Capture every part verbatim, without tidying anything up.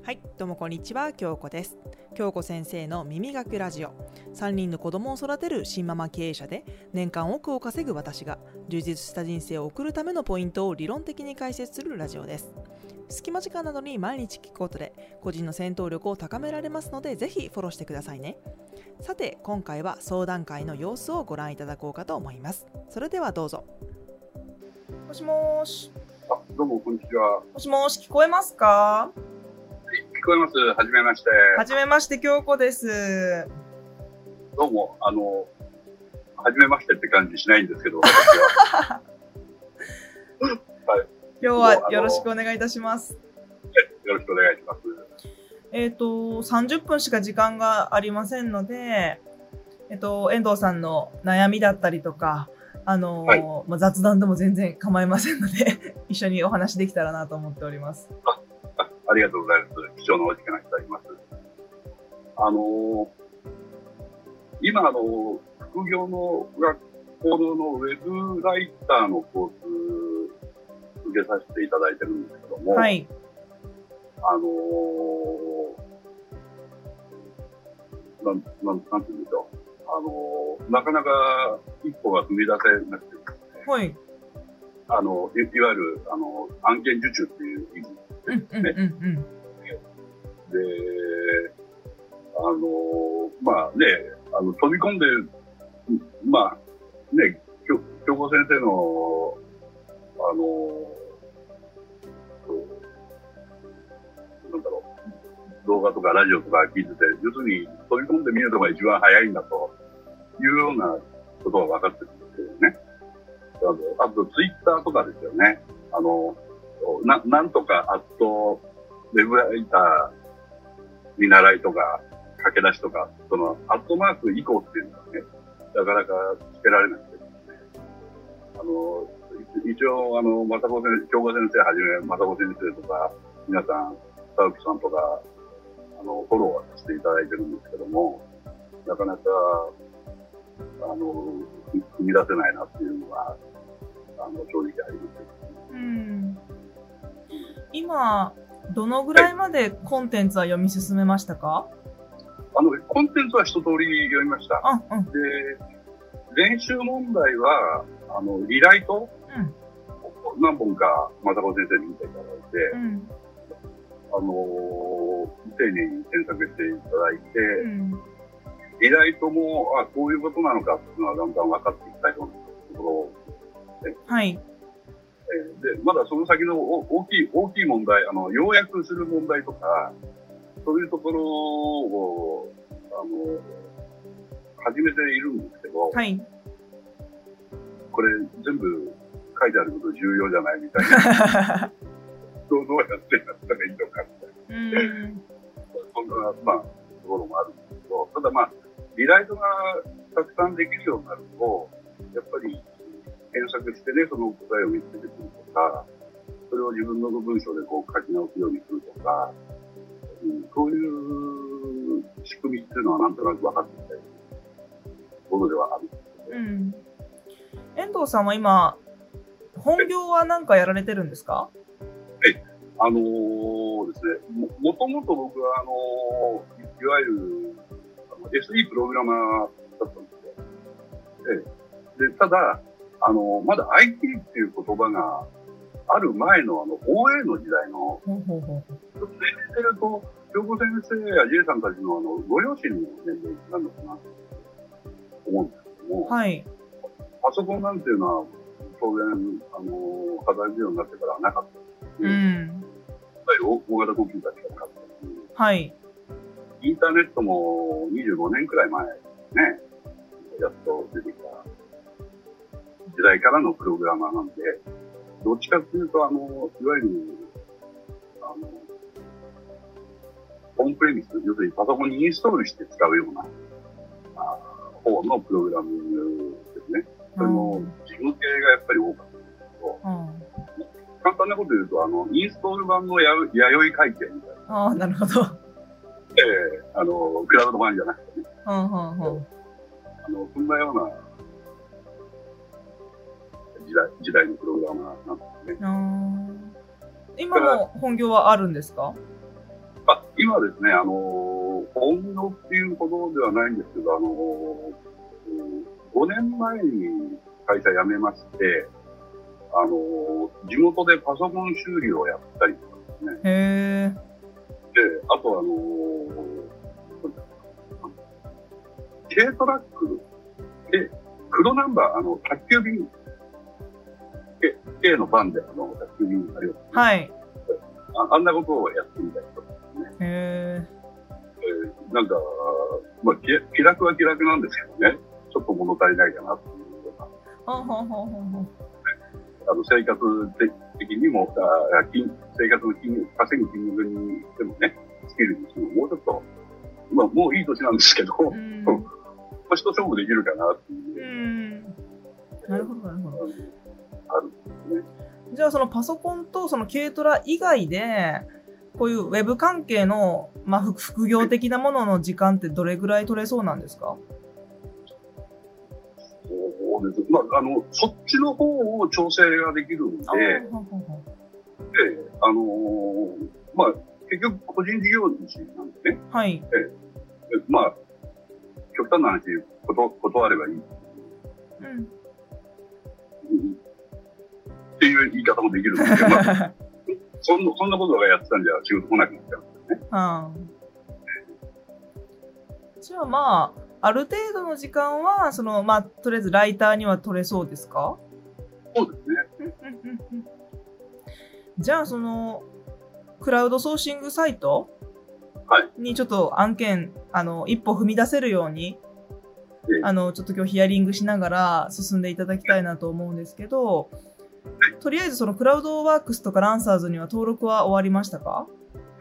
はい、どうもこんにちは、京子です。京子先生の耳学ラジオ。さんにんの子供を育てる新ママ経営者で、年間億を稼ぐ私が充実した人生を送るためのポイントを理論的に解説するラジオです。隙間時間などに毎日聞くことで個人の戦闘力を高められますので、ぜひフォローしてくださいね。さて、今回は相談会の様子をご覧いただこうかと思います。それではどうぞ。もしもーし。 あ、どうもこんにちは。 もしもーし、聞こえますか？ 聞こえます。はじめまして。 はじめまして、京子です。 どうも、あの、はじめましてって感じしないんですけど、私は。はい、 今日はよろしくお願いいたします。 よろしくお願いします。 えっと、さんじゅっぷんしか時間がありませんので、えっと、遠藤さんの悩みだったりとか、あの、はい、まあ、雑談でも全然構いませんので、一緒にお話できたらなと思っております。 ああありがとうございます。貴重なお時間いただきます。あの、今、あの、副業の学校のウェブライターのコース受けさせていただいてるんですけども、 はい。 あの、なん、なん、なんて言うんでしょう。あの、なかなか一歩が踏み出せなくてですね。 はい。 あの、い, いわゆる、あの、案件受注っていう意味ですね。 うんうんうんうん、 で、あの、まあね、あの、飛び込んで、まあ、ね、京子先生の、あの、なんだろう、動画とかラジオとか聞いてて、要するに飛び込んでみるのが一番早いんだというようなことが分かってるんですけどね。あと、ツイッターとかですよね。あの、な、なんとかアット、ウェブライター見習いとか、駆け出しとか、その、アットマーク以降っていうのはね、なかなかつけられなくてですね。あの、一応、あの、まさこ先生、京子先生はじめ、まさこ先生とか、皆さん、田内さんとか、あの、フォローはさせていただいてるんですけども、なかなか、あの、踏み出せないなっていうのが、あの、正直あります。 うん。今、どのぐらいまでコンテンツは読み進めましたか？ あの、コンテンツは一通り読みました。 あ、うん。 で、練習問題は、あの、リライト、うん、何本か、まさこ先生に見ていただいて、うん、あのー、丁寧に検索していただいて、うん、リライトも、あ、こういうことなのかっていうのはだんだん分かっていきたいところですね。 はい。 で、まだその先の大きい、大きい問題、あの、要約する問題とか、そういうところを、あの、始めているんですけど、 はい。 これ全部書いてあること重要じゃないみたいな。どうやってやったらいいのかみたいな。うん。そんな、まあ、ところもあるんですけど、ただまあ、リライトがたくさんできるようになると、やっぱり、検索してね、その答えを見つけてくるとか、それを自分の文章でこう書き直すようにするとか、うん、そういう仕組みっていうのはなんとなく分かってきたものではあるんですけど、ね。うん。 遠藤さんは今、本業は何かやられてるんですか？ はい。あのー、ですね、も、もともと僕はあのー、いわゆるあの エスイー プログラマーだったんですよ。で、でただ、あの、まだ アイティー っていう言葉がある前のあの オーエー の時代の、ちょっと年齢してると、京子先生や J さんたちのあの、ご両親の年齢なのかなと思うんですけども、 はい。 パソコンなんていうのは、当然、あの、肌着用になってからはなかったし、うん。大型コンピューターしかなかったし、 はい。 インターネットもにじゅうごねんくらい前ですね、やっと出てきた時代からのプログラマーなんで、どっちかっていうと、あの、いわゆる、あの、オンプレミス、要するにパソコンにインストールして使うような、あ方のプログラミングですね。それも、事務系がやっぱり多かったんですけど、うん、簡単なこと言うと、あの、インストール版のや弥生会計みたいな。 ああ、なるほど。 ええー、あの、クラウド版じゃなくてね。 うんうんうん、 あの、そんなような、時代、時代のプログラマーなんですね。 今も本業はあるんですか？ あ、今ですね、あの、本業っていうほどではないんですけど、あの、ごねんまえに会社辞めまして、あの、地元でパソコン修理をやったりとかですね。 へー。 で、あとあの、軽トラックで、黒ナンバー、あの、宅急便、K のバンで、あの、宅急便あります、ね。 はい。 あ, あんなことをやってみたりとかですね。 へー。えー、なんか、まあ、気楽は気楽なんですけどね、ちょっと物足りないかなっていうような。 ほんほんほんほんほん。 あの生活的にも、あ金生活の金稼ぐ金額にしてもね、スキルにしても、もうちょっと、まあ、もういい年なんですけど、うん、まあ、一勝負できるかなっていう。 うん、なるほど、なるほど。 あるんですね。 じゃあ、そのパソコンとその軽トラ以外で、こういうウェブ関係の、まあ、副業的なものの時間ってどれぐらい取れそうなんですか？ そうです。まあ、あの、そっちの方を調整ができるんで、で、あのー、まあ、結局個人事業主なんでね。 はい。 えまあ、極端な話、こと断ればいい。うん。うん、っていう言い方もできるんですけど、まあ、そんな、そんなことがやってたんじゃ仕事来なくなっちゃうんですよね。 うん。じゃあまあ、ある程度の時間は、その、まあ、とりあえずライターには取れそうですか？ そうですね。 じゃあ、その、クラウドソーシングサイトにちょっと案件、あの、一歩踏み出せるように、 はい、 あの、ちょっと今日ヒアリングしながら進んでいただきたいなと思うんですけど、とりあえずそのクラウドワークスとかランサーズには登録は終わりましたか？ はい、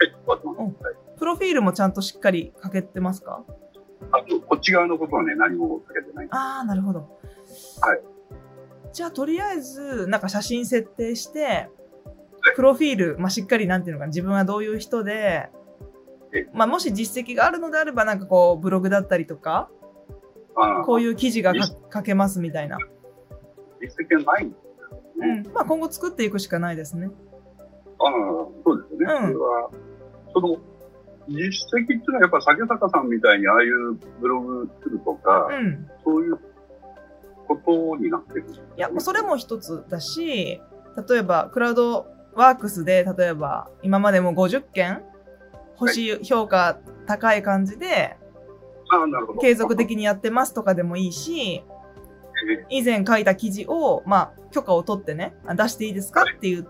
終わってます。はい、 プロフィールもちゃんとしっかり書けてますか？ あと、こっち側のことはね、何も書けてない。 ああ、なるほど。 はい。 じゃあ、とりあえず、なんか写真設定して、プロフィール、まあ、しっかりなんていうのかな、自分はどういう人で、まあ、もし実績があるのであれば、なんかこう、ブログだったりとか、こういう記事が書けますみたいな。 実績はないんですよね。うん。まあ、今後作っていくしかないですね。 ああ、そうですよね。うん。それは、その、実績っていうのはやっぱ酒坂さんみたいにああいうブログ作るとか、うん、そういうことになってるんですか？ いや、それも一つだし、例えばクラウドワークスで、例えば今までもごじゅっけん星評価高い感じで、 はい、あ、なるほど。 継続的にやってますとかでもいいし、以前書いた記事を、まあ、許可を取ってね、出していいですかって言って、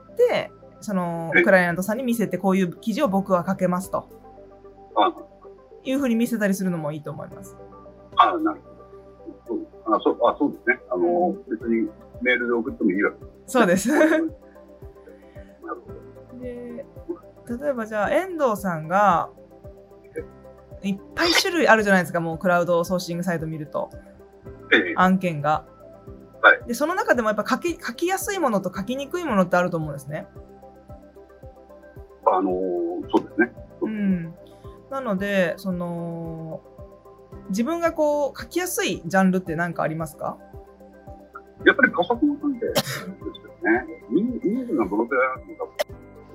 そのクライアントさんに見せて、こういう記事を僕は書けますと。 ああいうふうに見せたりするのもいいと思います。 ああ、なるほど。あそうあそうですね。あの、うん、別にメールで送ってもいいわけです。 そうです。なるほど。で、例えばじゃあ、遠藤さんが、いっぱい種類あるじゃないですか、もうクラウドソーシングサイト見ると。 ええ、 案件が。 はい。 で、その中でもやっぱ書き、書きやすいものと書きにくいものってあると思うんですね。 あの、そうですね。 うん。なので、その、自分がこう、書きやすいジャンルって何かありますか？ やっぱりパソコン関係ですよね。ニーズがどのくらいあるのか。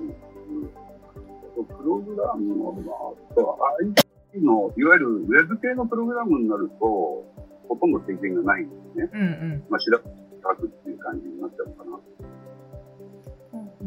プログラムの、あと アイティー の、いわゆるウェブ系のプログラムになると、ほとんど経験がないんですね。 うんうん。 まあ、調べて書くっていう感じになっちゃうかな。 うんうんうん、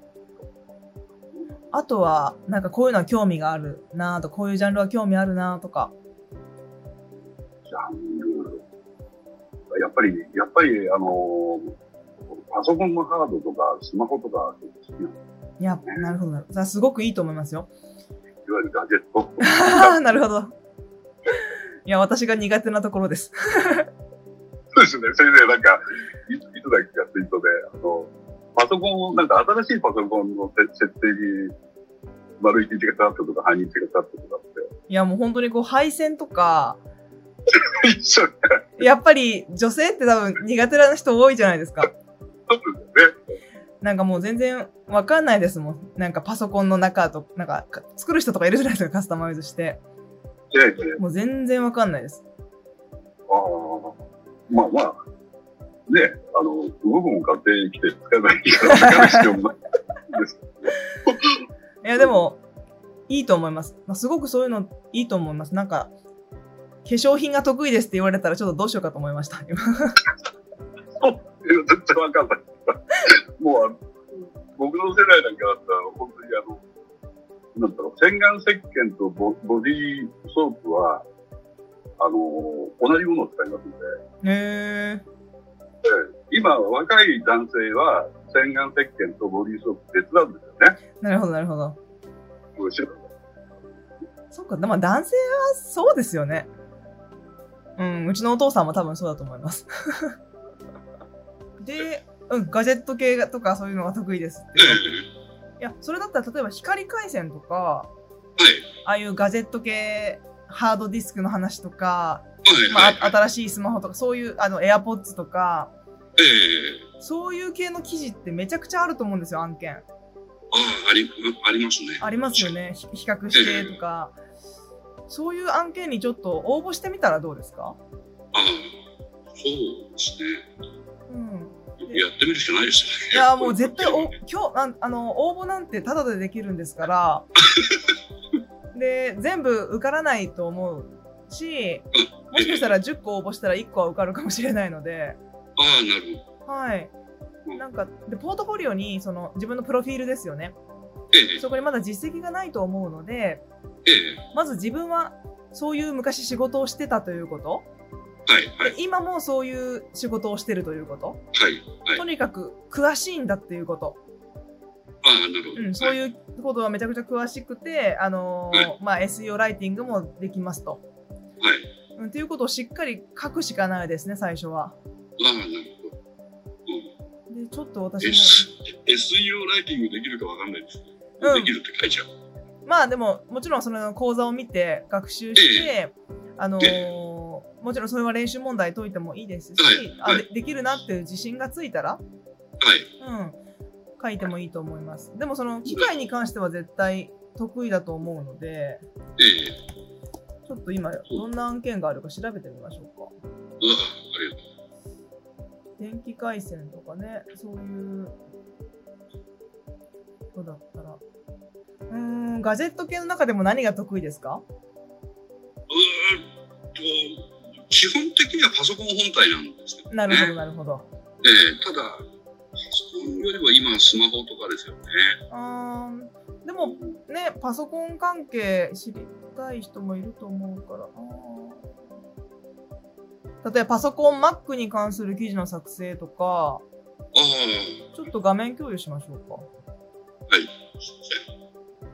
あとは、なんかこういうのは興味があるなと、こういうジャンルは興味あるなとか。 ジャンル。やっぱり、やっぱり、あの、パソコンのハードとかスマホとか好きなんです、ね。 いや、なるほど。すごくいいと思いますよ。 いわゆるガジェット。 なるほど。いや、私が苦手なところです。 そうですね。それで、なんか、いつだっけかツイートで、あの、パソコンを、なんか新しいパソコンの設定に、丸一日が経ったとか、半日が経ったとかって。 いや、もう本当にこう、配線とか、 一緒ね。 やっぱり女性って多分苦手な人多いじゃないですか。 そうですよね。 なんかもう全然わかんないですもん。なんかパソコンの中と、なんか作る人とかいるじゃないですか、カスタマイズして。 いやいやいや。 もう全然わかんないです。 ああ、まあまあ、ね、あの、僕も買ってきて使えばいいから、使う必要もないですけど。 いやでも、 いいと思います。まあ、すごくそういうのいいと思います。なんか、化粧品が得意ですって言われたらちょっとどうしようかと思いました。 そう、全然わかんない。もう、僕の世代なんかだったら、本当にあの、なんだろう、洗顔石鹸と ボ, ボディーソープは、あの、同じものを使いますので。 へー。 今、若い男性は、洗顔石鹸とボディーソープ別なんですよね。 なるほど、なるほど。 後ろそうか、でも男性はそうですよね。うん、うちのお父さんも多分そうだと思います。で、うん、ガジェット系とかそういうのが得意ですって。いや、それだったら例えば光回線とか、 はい、 ああいうガジェット系、ハードディスクの話とか、 はいまあ、 はいはい、 新しいスマホとか、そういう、あの、エアポッツとか、 ええ、 そういう系の記事ってめちゃくちゃあると思うんですよ、案件。 ああ、あり、ありますね。 ありますよね。ひ比較してとか、えー。そういう案件にちょっと応募してみたらどうですか？ ああ、そうですね。 うん。 やってみるしかないですよね。 いや、もう絶対お、今日、ああの、応募なんてタダでできるんですから、で、全部受からないと思うし、もしかしたらじゅっこ応募したらいっこは受かるかもしれないので、 ああ、なるほど。 はい。なんか、で、ポートフォリオに、その、自分のプロフィールですよね。 ええ、 そこにまだ実績がないと思うので、 ええ、 まず自分は、そういう昔仕事をしてたということ。 はいはい、 で今もそういう仕事をしてるということ。 はいはい、 とにかく詳しいんだっていうこと。 ああ、なるほど。 うん、そういうことはめちゃくちゃ詳しくて、あのーはい、まあ エスイーオー ライティングもできますと。 はい。 うん、っていうことをしっかり書くしかないですね、最初は。 ああ、なるほど。 うん、で、ちょっと私も。 S、エスイーオー ライティングできるかわかんないですね。うん、できるって書いちゃう。 まあでも、もちろんその講座を見て学習して、えー、あのーえーもちろんそれは練習問題解いてもいいですし、はいはい、あ で, できるなっていう自信がついたら、はい、うん、書いてもいいと思います。でもその機械に関しては絶対得意だと思うので、ええ、ちょっと今どんな案件があるか調べてみましょうか。 ああ、ありがとう。 電気回線とかね、そういうことだったら、うーん、ガジェット系の中でも何が得意ですか？ うーんと。基本的にはパソコン本体なんですけどね。 なるほど、なるほど。 ええ、ただ、パソコンよりは今スマホとかですよね。 あー、でもね、パソコン関係知りたい人もいると思うから。あ、例えばパソコン Mac に関する記事の作成とか、あ、ちょっと画面共有しましょうか。 はい、すいません。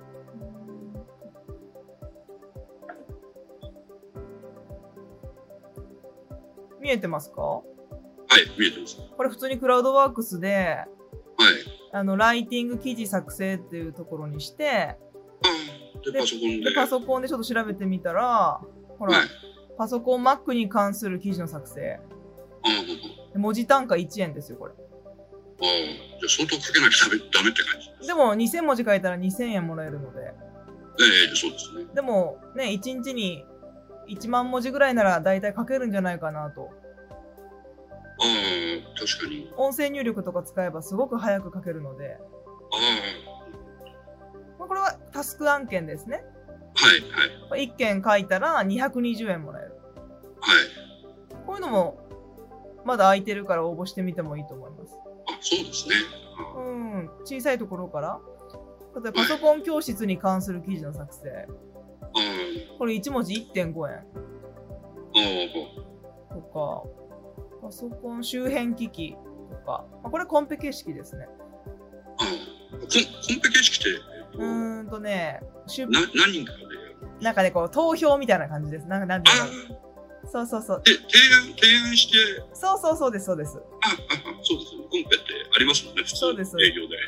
見えてますか？はい、見えてます。 これ普通にクラウドワークスで、 はい、 あの、ライティング記事作成っていうところにして、 で、でパソコンで。 で、パソコンでちょっと調べてみたら、ほら、はい、パソコン Mac に関する記事の作成。で文字単価いちえんですよ、これ。 ああ、じゃあ相当書けなきゃダメ、ダメって感じ。 でもにせんもじ書いたらにせんえんもらえるので。 ええー、そうですね。 でも、ね、いちにちにいちまんもじぐらいなら大体書けるんじゃないかなと。 ああ、確かに。 音声入力とか使えばすごく早く書けるので。 ああ。これはタスク案件ですね。 はいはい。 いっけん書いたらにひゃくにじゅうえんもらえる。 はい。 こういうのもまだ空いてるから応募してみてもいいと思います。 あ、そうですね。 うん。小さいところから。例えばパソコン教室に関する記事の作成。はい、これいちもじいってんごえん。とか、パソコン周辺機器とか。これコンペ形式ですね。 ああ、コンペ形式って、 えっと、うーんとね、 な何人かでやる？ なんかね、こう、投票みたいな感じです。なんか、なんていうの？そうそうそう。 で、提案、提案して。 そうそうそうです、そうです。 あ、あ、そうです。コンペってありますもんね、普通そうです。 営業で。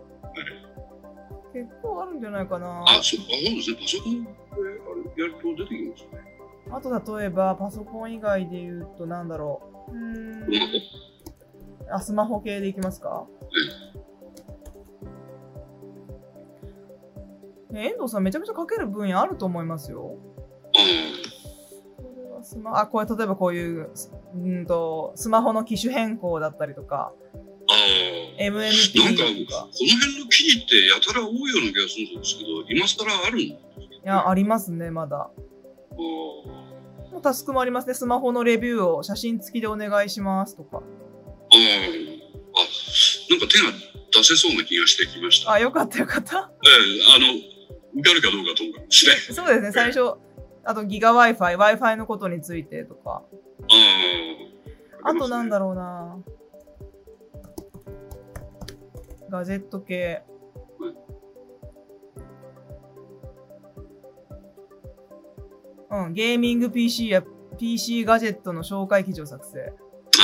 結構あるんじゃないかな。 あ、そう、あ、そうですね。パソコンであれやると出てきますね。 あと、例えば、パソコン以外で言うと、なんだろう。うーん。スマホ？あ、スマホ系でいきますか？うん。遠藤さん、めちゃくちゃ書ける分野あると思いますよ。 あこれはスマあ、これ、例えばこういう、うんと、スマホの機種変更だったりとか、 エムエヌピなんか、 ー とか。 この辺の記事ってやたら多いような気がするんですけど、今更あるんですか？ いや、ありますね、まだ。 あもうタスクもありますね。スマホのレビューを写真付きでお願いしますとか。 あ、ああ、なんか手が出せそうな気がしてきました。 あ、よかったよかった。 ええ、あの、受かるかどうかともかくですね。 そうですね、最初。あとギガ Wi-Fi、Wi-Fi のことについてとか。 ああ。 あとなんだろうな。ガジェット系。うん、ゲーミング ピーシー や ピーシー ガジェットの紹介記事を作成。 ああ。こう、こ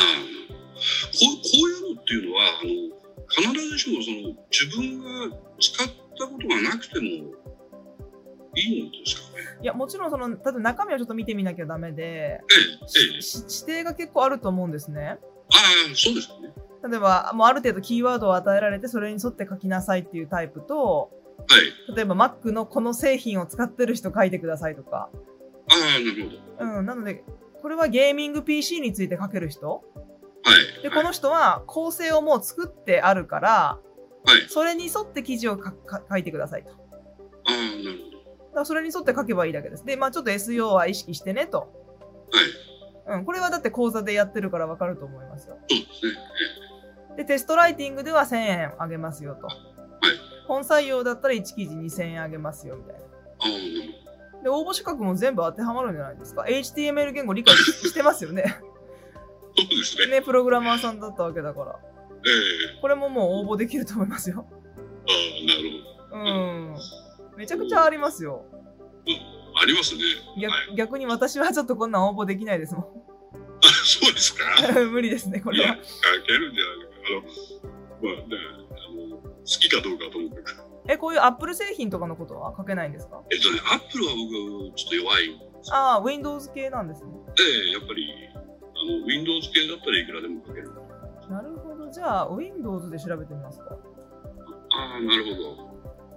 ういうのっていうのは、あの、必ずしもその、自分が使ったことがなくてもいいんですかね。 いや、もちろんその、例えば中身をちょっと見てみなきゃダメで、 ええ、ええ。 指定が結構あると思うんですね。 ああ、そうですね。 例えば、もうある程度キーワードを与えられて、それに沿って書きなさいっていうタイプと、 はい。 例えば Mac のこの製品を使ってる人書いてくださいとか。 ああ、なるほど。うん、なので、これはゲーミング ピーシー について書ける人。 はい。 で、この人は構成をもう作ってあるから、 はい。 それに沿って記事を書いてくださいと。あああ、なるほど。だからそれに沿って書けばいいだけです。で、まあちょっと エスイーオー は意識してねと。はい。うん、これはだって講座でやってるからわかると思いますよ。 そうですね。 で、テストライティングではせんえんあげますよと。はい。本採用だったらいち記事にせんえんあげますよみたいな。 ああ、なるほど。 で、応募資格も全部当てはまるんじゃないですか。エイチティーエムエル 言語理解してますよね。 そうですね。 ね、プログラマーさんだったわけだから。 ええー。 これももう応募できると思いますよ。 ああ、なるほど。 うん。めちゃくちゃありますよ。 うん、ありますね。 逆、 はい、 逆に私はちょっとこんなん応募できないですもん。 あ、そうですか。 無理ですね、これは。 いや、書けるんじゃないか。あの、まあね、あの、好きかどうかともかく。 え、こういうアップル製品とかのことは書けないんですか？ えっとね、アップルは僕、ちょっと弱いんですよ。 ああ、Windows 系なんですね。 ええ、やっぱり、あの、Windows 系だったらいくらでも書ける。 なるほど。じゃあ、Windows で調べてみますか。 ああ、なるほど。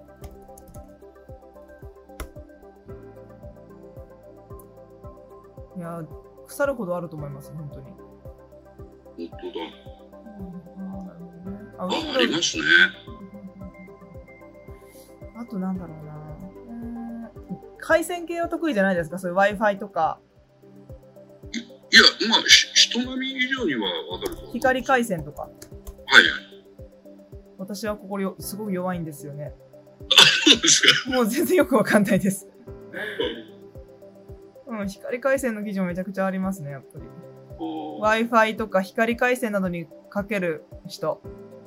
いや、腐るほどあると思います、本当に。 本当だ。 うん、ああ、なるほどね。あ、 あ、ありますね。 あとなんだろうな。回線系は得意じゃないですか、そういう Wi-Fi とか。 い, いや、まあ、人並み以上にはわかると。 光回線とか。はいはい。 私はここよすごく弱いんですよね。 そうですか。 もう全然よくわかんないです。うん、光回線の記事もめちゃくちゃありますね、やっぱり。Wi-Fi とか光回線などにかける人。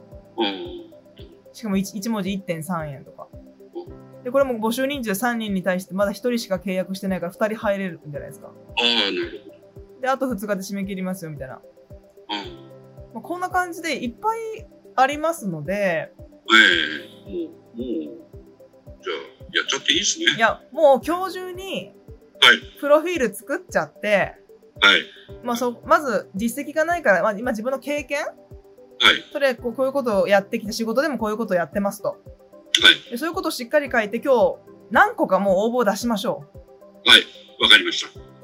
しかも 1, いち文字いってんさんえんとか。で、これも募集人数さんにんに対してまだひとりしか契約してないからふたり入れるんじゃないですか。 ああ、なるほど。 で、あとふつかで締め切りますよ、みたいな。 あまあ、こんな感じでいっぱいありますので。 ええー、もう、もう、じゃあ、やっちゃっていいですね。 いや、もう今日中に、 はい。 プロフィール作っちゃって、 はい。 まあ、そ、まず実績がないから、まあ、今自分の経験、はい。それこう、こういうことをやってきて、仕事でもこういうことをやってますと。はい。でそういうことをしっかり書いて、今日、何個かもう応募を出しましょう。はい。わかりました。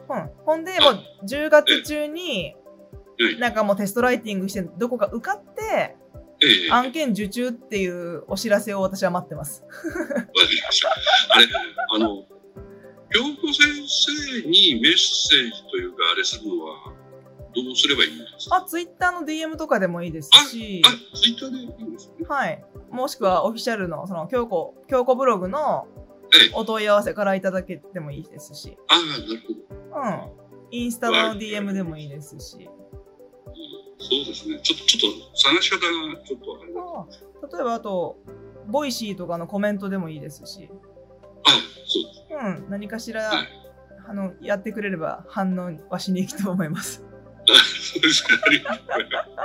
うん。ほんで、もうじゅうがつ中に、なんかもうテストライティングして、どこか受かって、ええ、案件受注っていうお知らせを私は待ってます。 わかりました。あれ、あの、京子先生にメッセージというか、あれするのは、どうすればいいんですか？ あ、ツイッターの ディーエム とかでもいいですし。 あ、あツイッターでいいんですね。 はい。もしくはオフィシャルの、その、京子、京子ブログのお問い合わせからいただけてもいいですし。 ああ、なるほど。 うん。インスタの ディーエム でもいいですし。 そうですね。ちょっと、ちょっと探し方がちょっとあれだ。 あ、例えばあと、ボイシーとかのコメントでもいいですし。 あ、そうです。 うん。何かしら、はい、あの、やってくれれば反応はしに行くと思います。 あ、そうですか。ありがとうございます。あ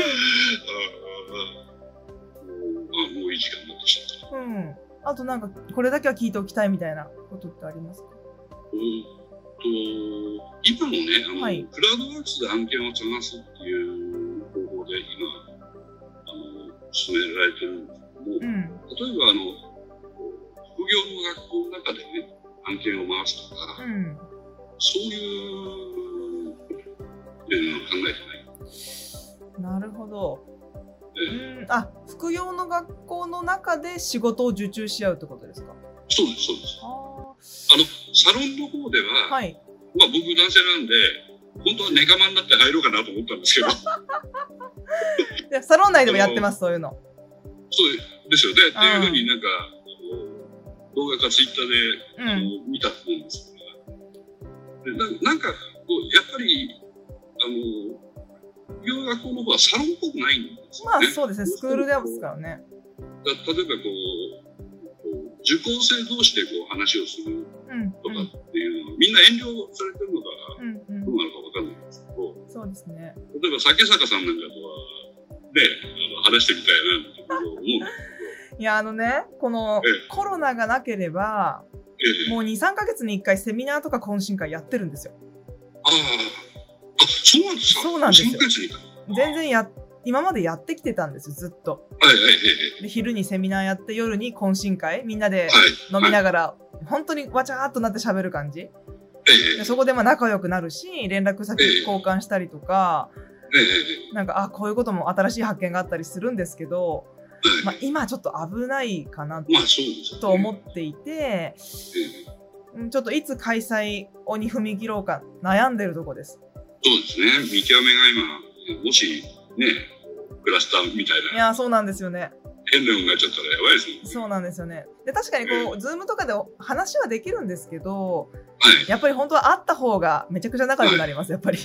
あ、もういい時間になってきちゃった。 うん。あとなんか、これだけは聞いておきたいみたいなことってありますか？ うんと、今もね、あの、はい、クラウドワークスで案件を探すっていう方法で今、あの、進められてるんですけども、うん、例えばあの、副業の学校の中でね、案件を回すとか、うん、そういうのを考えてない。 なるほど。 えうん、あ、副業の学校の中で仕事を受注し合うってことですか？ そうです、そうです。 ああの、サロンの方では、 はい、 まあ僕男性なんで、本当はネカマになって入ろうかなと思ったんですけど。 でサロン内でもやってます、そういうの。 そうですよね。っていうふうになんか、動画かツイッターで、うん、見たと思うんですけど、な, なんかこう、やっぱり、あの、副業学校の方はサロンっぽくないんですよね。 まあそうですね、スクールですからね。 だ例えばこう、受講生同士でこう話をするとかっていうのは、うんうん、みんな遠慮されてるのか、うんうん、どうなのかわかんないんですけど、 そうですね。 例えば酒坂さんなんかとは、ね、あの話してみたいなと思うんですけど、 いや、あのね、このコロナがなければ、ええ、もうに、さんかげつにいっかいセミナーとか懇親会やってるんですよ。 ああ、あ、そうなんですか。 そうなんですよ。全然や、今までやってきてたんですよ、ずっと。 はいはいはい。 で、昼にセミナーやって、夜に懇親会、みんなで飲みながら、はい、本当にわちゃーっとなって喋る感じ。ええ、でそこでまあ仲良くなるし、連絡先交換したりとか、ええ、なんか、あ、こういうことも新しい発見があったりするんですけど、まあ、今ちょっと危ないかなと思っていて、ちょっといつ開催に踏み切ろうか悩んでるとこです。 そうですね。見極めが今、もしね、クラスターみたいな。 いや、そうなんですよね。 変なのになっちゃったらやばいですもんね。 そうなんですよね。で、確かにこう、えー、ズームとかで話はできるんですけど、 はい、 やっぱり本当は会った方がめちゃくちゃ仲良くなります、はい、やっぱり。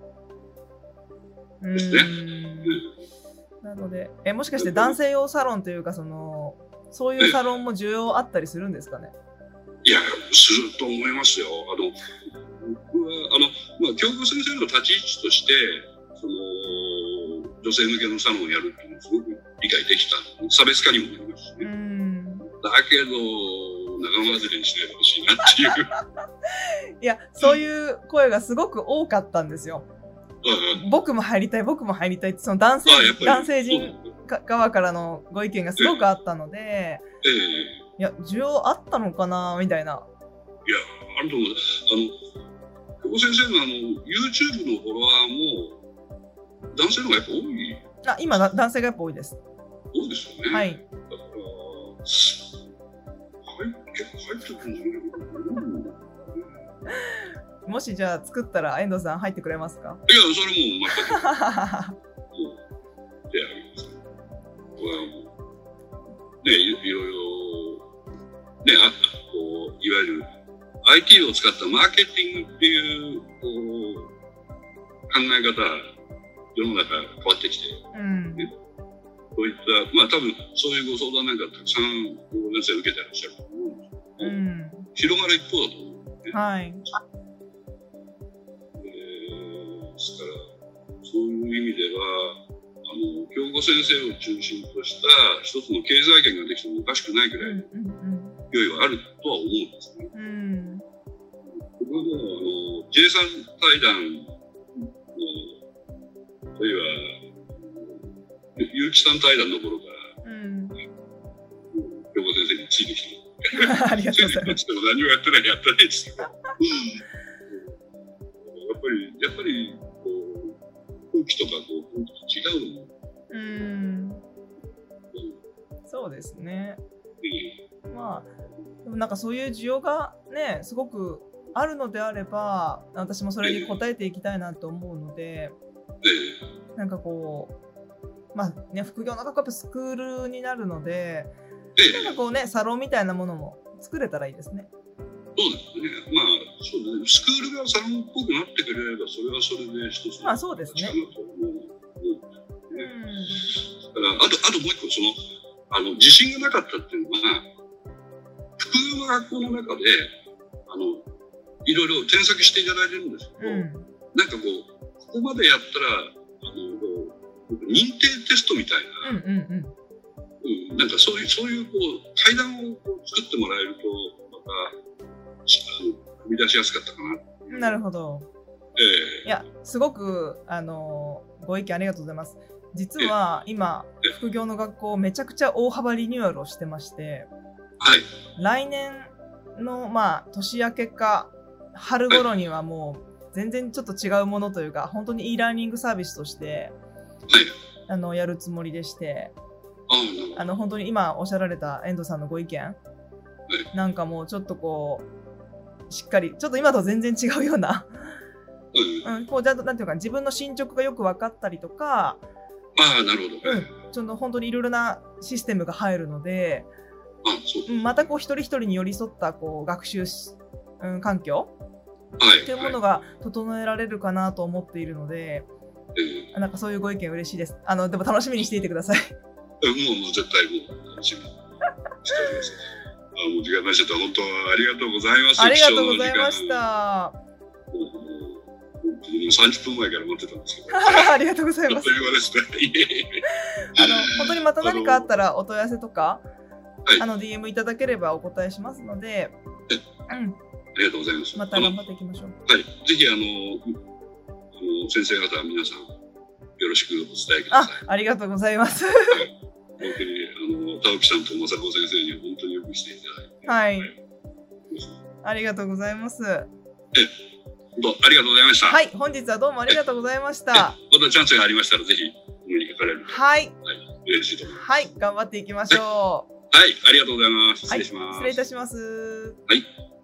ですね。 なので、え、もしかして男性用サロンというか、その、そういうサロンも需要あったりするんですかね？ いや、すると思いますよ。あの、僕は、あの、まあ、教育先生の立ち位置として、その、女性向けのサロンをやるっていうのをすごく理解できた。差別化にもなりますしね。うんだけど、仲間外れにしないでほしいなっていう。 いや、そういう声がすごく多かったんですよ。僕も入りたい、僕も入りたいって、その男性、男性陣側からのご意見がすごくあったので、ええ、いや、需要あったのかなみたいな。いや、 あると思う。あの、久保先生のあの、YouTube のフォロワーも、男性の方がやっぱ多い。 あ、今、男性がやっぱ多いです。 多いですよね。 はい。 だから、はい、結構入ってくるんじゃないかな。 もしじゃあ作ったら遠藤さん入ってくれますか？ いや、それもう全くもう手あげます。これはもうね、いろいろね、あこういわゆる アイティー を使ったマーケティングっていうこう考え方、世の中変わってきて、うんね、そういったまあ多分そういうご相談なんかたくさんご先生受けてらっしゃると思うんですけど、うん、広がる一方だと思うんですね。 はい。 ですから、そういう意味では、あの、京子先生を中心とした一つの経済圏ができてもおかしくないくらい、良いはあるとは思うんですね。うん、僕はもう、あの、ジェイさん対談の、あるいは、結城さん対談の頃から、うん、京子先生についてきてありがとうございます。 何もやってない、やってないですけど。やっぱり、やっぱり、こう、空気とか、こう、違うのも。 うん。そうですね。うん、まあ、でもなんかそういう需要がね、すごくあるのであれば、私もそれに応えていきたいなと思うので、うん、なんかこう、まあね、副業の学校スクールになるので、なんかこうね、サロンみたいなものも作れたらいいですね。 そうですね。まあ、そうですね。スクールがサロンっぽくなってくれれば、それはそれで一つ。 まあ、そうですね。 うん。だから、あと、あともう一個、その、あの、自信がなかったっていうのは、副業の学校の中で、あの、いろいろ添削していただいてるんですけど、うん、なんかこう、ここまでやったら、あの、認定テストみたいな、うんうんうんうん、なんかそういう、そういう、こう、階段をこう作ってもらえると、また、踏み出しやすかったかな。 なるほど。えー、いや、すごく、あのー、ご意見ありがとうございます。実は今、副業の学校めちゃくちゃ大幅リニューアルをしてまして、 はい、 来年の、まあ、年明けか春頃にはもう全然ちょっと違うものというか、本当に e ラーニングサービスとして、 あのやるつもりでして、 ああの本当に今おっしゃられた遠藤さんのご意見、 はい、 なんかもうちょっとこうしっかりちょっと今と全然違うような、うんうん、こうじゃなんていうか自分の進捗がよく分かったりとか、 ああなるほど、 うん、ちょっと本当にいろいろなシステムが入るので、 あそう、 またこう一人一人に寄り添ったこう学習し、うん、環境はいというものが整えられるかなと思っているので、 はい、 なんかそういうご意見嬉しいです。あのでも楽しみにしていてください。 もうもう絶対もう楽しみにしております。あもう時間になっちゃった。本当はありがとうございます。 ありがとうございました。 もうさんじゅっぷんまえから待ってたんですけど。 ありがとうございます。あの本当にまた何かあったらお問い合わせとか、あ, あの ディーエム いただければお答えしますので、 うん、ありがとうございます。 また頑張っていきましょう。 はい、ぜひあのあの先生方皆さんよろしくお伝えください。 あ, ありがとうございます。はい、 本当にあの田沖さんと雅子先生に本当によくしていただいて、 はい、はい、ありがとうございます。 えどうありがとうございました。 はい、本日はどうもありがとうございました。 またチャンスがありましたらぜひ見に行かれると、 はい、 はい、嬉しいと思います。 はい、頑張っていきましょう。 はい、ありがとうございます。失礼します。 はい、失礼いたします。 はい。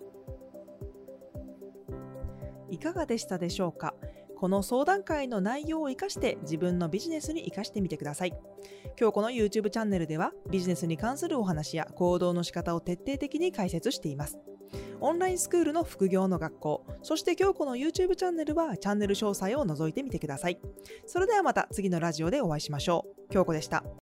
いかがでしたでしょうか。この相談会の内容を生かして自分のビジネスに生かしてみてください。今日この YouTube チャンネルではビジネスに関するお話や行動の仕方を徹底的に解説しています。オンラインスクールの副業の学校、そして今日この YouTube チャンネルはチャンネル詳細を覗いてみてください。それではまた次のラジオでお会いしましょう。京子でした。